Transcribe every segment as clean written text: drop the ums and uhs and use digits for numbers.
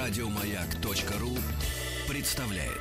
Радиомаяк.ру представляет.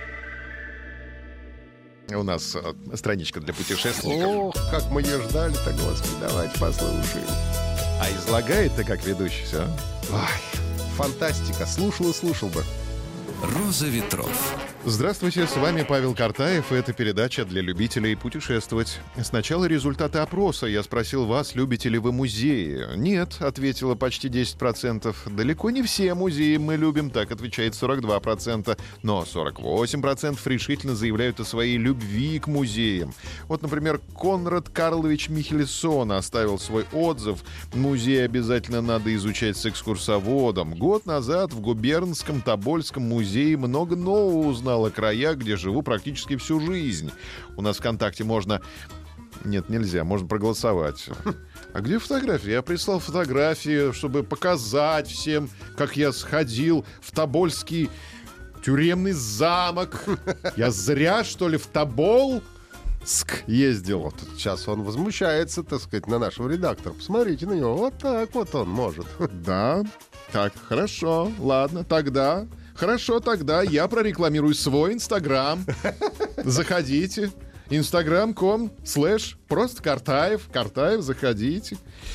У нас страничка для путешественников. Ох, как мы ее ждали-то, Господи, давайте послушаем. А излагает-то как ведущий, все. Ой, фантастика, слушал и слушал бы. «Роза ветров». Здравствуйте, с вами Павел Картаев, и это передача для любителей путешествовать. Сначала результаты опроса. Я спросил вас, любите ли вы музеи. Нет, ответило почти 10%. Далеко не все музеи мы любим, так отвечает 42%. Но 48% решительно заявляют о своей любви к музеям. Вот, например, Конрад Карлович Михельсон оставил свой отзыв. Музей обязательно надо изучать с экскурсоводом. Год назад в губернском Тобольском музее много нового узнал о краях, где живу практически всю жизнь. У нас ВКонтакте можно... Нет, нельзя, можно проголосовать. А где фотографии? Я прислал фотографии, чтобы показать всем, как я сходил в Тобольский тюремный замок. Я зря, что ли, в Тобол ездил. Вот сейчас он возмущается, так сказать, на нашего редактора. Посмотрите на него, вот так вот он может. Да, так, хорошо, ладно, тогда... Хорошо, тогда я прорекламирую свой Инстаграм. Заходите. Instagram.com/просто Картаев. Картаев, заходите.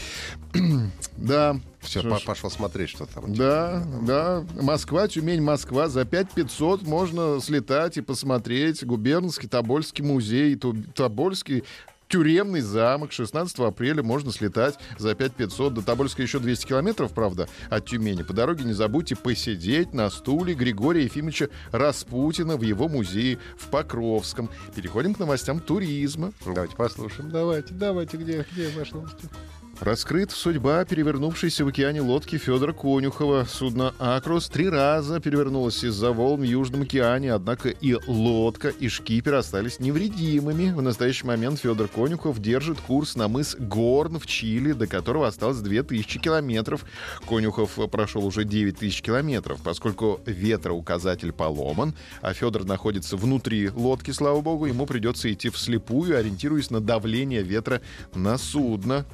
Да. Все, пошел смотреть, что там. Да. Москва, Тюмень, Москва. За 5500 можно слетать и посмотреть губернский Тобольский музей. Тобольский тюремный замок. 16 апреля можно слетать за 5500. До Тобольска еще 200 километров, правда, от Тюмени. По дороге не забудьте посидеть на стуле Григория Ефимовича Распутина в его музее в Покровском. Переходим к новостям туризма. Давайте послушаем. Давайте. Где ваши новости? Раскрыт судьба перевернувшейся в океане лодки Федора Конюхова. Судно «Акрос» 3 раза перевернулось из-за волн в Южном океане, однако и лодка, и шкипер остались невредимыми. В настоящий момент Федор Конюхов держит курс на мыс Горн в Чили, до которого осталось 2000 километров. Конюхов прошел уже 9000 километров. Поскольку ветроуказатель поломан, а Федор находится внутри лодки, слава богу, ему придется идти вслепую, ориентируясь на давление ветра на судно.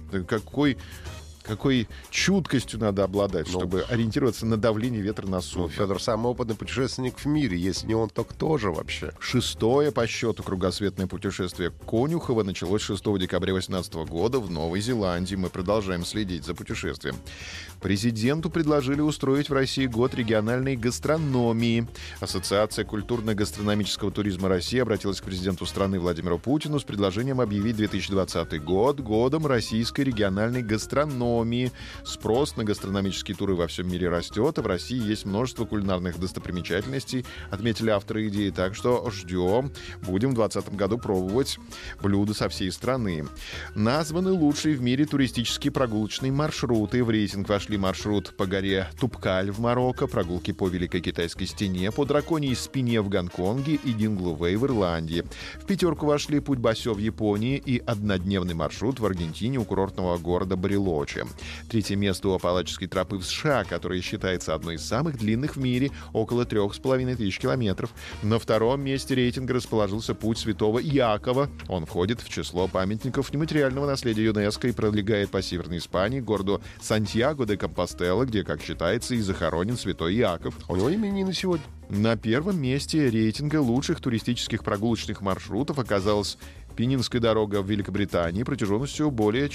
Какой чуткостью надо обладать, чтобы ориентироваться на давление ветра на судно. Федор самый опытный путешественник в мире. Если не он, то кто же вообще? 6-е по счету кругосветное путешествие Конюхова началось 6 декабря 2018 года в Новой Зеландии. Мы продолжаем следить за путешествием. Президенту предложили устроить в России год региональной гастрономии. Ассоциация культурно-гастрономического туризма России обратилась к президенту страны Владимиру Путину с предложением объявить 2020 год годом российской региональной гастрономии. Спрос на гастрономические туры во всем мире растет, а в России есть множество кулинарных достопримечательностей, отметили авторы идеи. Так что ждем. Будем в 2020 году пробовать блюда со всей страны. Названы лучшие в мире туристические прогулочные маршруты. В рейтинг вошли маршрут по горе Тупкаль в Марокко, прогулки по Великой Китайской стене, по Драконьей спине в Гонконге и Динглу-Вэй в Ирландии. В 5 вошли путь Басё в Японии и однодневный маршрут в Аргентине у курортного города Барелочи. 3-е место у Апалаческой тропы в США, которая считается одной из самых длинных в мире, около 3500 километров. На 2-м месте рейтинга расположился путь Святого Якова. Он входит в число памятников нематериального наследия ЮНЕСКО и пролегает по Северной Испании, городу Сантьяго де Компостела, где, как считается, и захоронен Святой Яков. У него именины сегодня. На 1-м месте рейтинга лучших туристических прогулочных маршрутов оказалась Пенинская дорога в Великобритании протяженностью более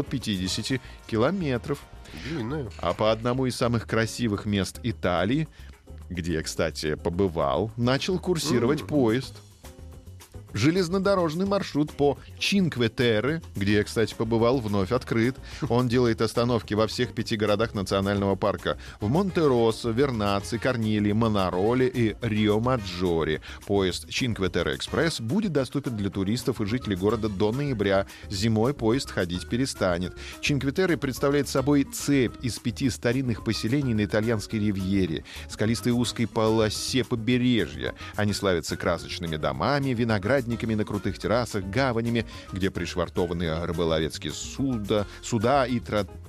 450 километров. Длинная. А по одному из самых красивых мест Италии, где я, кстати, побывал, начал курсировать поезд. Железнодорожный маршрут по Чинкве-Терре, где я, кстати, побывал, вновь открыт. Он делает остановки во всех 5 городах национального парка: в Монте-Россо, Вернаци, Корнилии, Монароле и Рио-Маджоре. Поезд Чинкве-Терре Экспресс будет доступен для туристов и жителей города до ноября. Зимой поезд ходить перестанет. Чинкве-Терре представляет собой цепь из 5 старинных поселений на итальянской ривьере, скалистой узкой полосе побережья. Они славятся красочными домами, виноградниками на крутых террасах, гаванями, где пришвартованы рыболовецкие суда и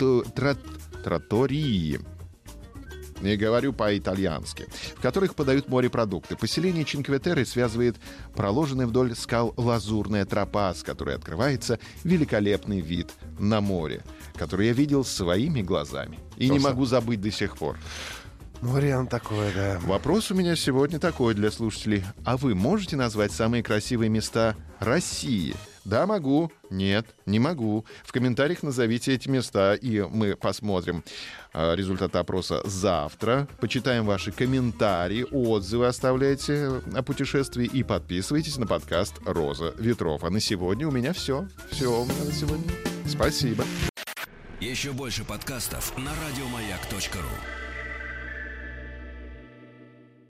тротории. Не говорю по-итальянски, в которых подают морепродукты. Поселение Чинкве-Терре связывает проложенная вдоль скал лазурная тропа, с которой открывается великолепный вид на море, который я видел своими глазами и не могу забыть до сих пор. Вариант такой, да. Вопрос у меня сегодня такой для слушателей. А вы можете назвать самые красивые места России? Да, могу. Нет, не могу. В комментариях назовите эти места, и мы посмотрим результаты опроса завтра. Почитаем ваши комментарии, отзывы оставляйте о путешествии и подписывайтесь на подкаст «Роза ветров». А на сегодня у меня все. Все у меня на сегодня. Спасибо. Еще больше подкастов на радиомаяк.ру.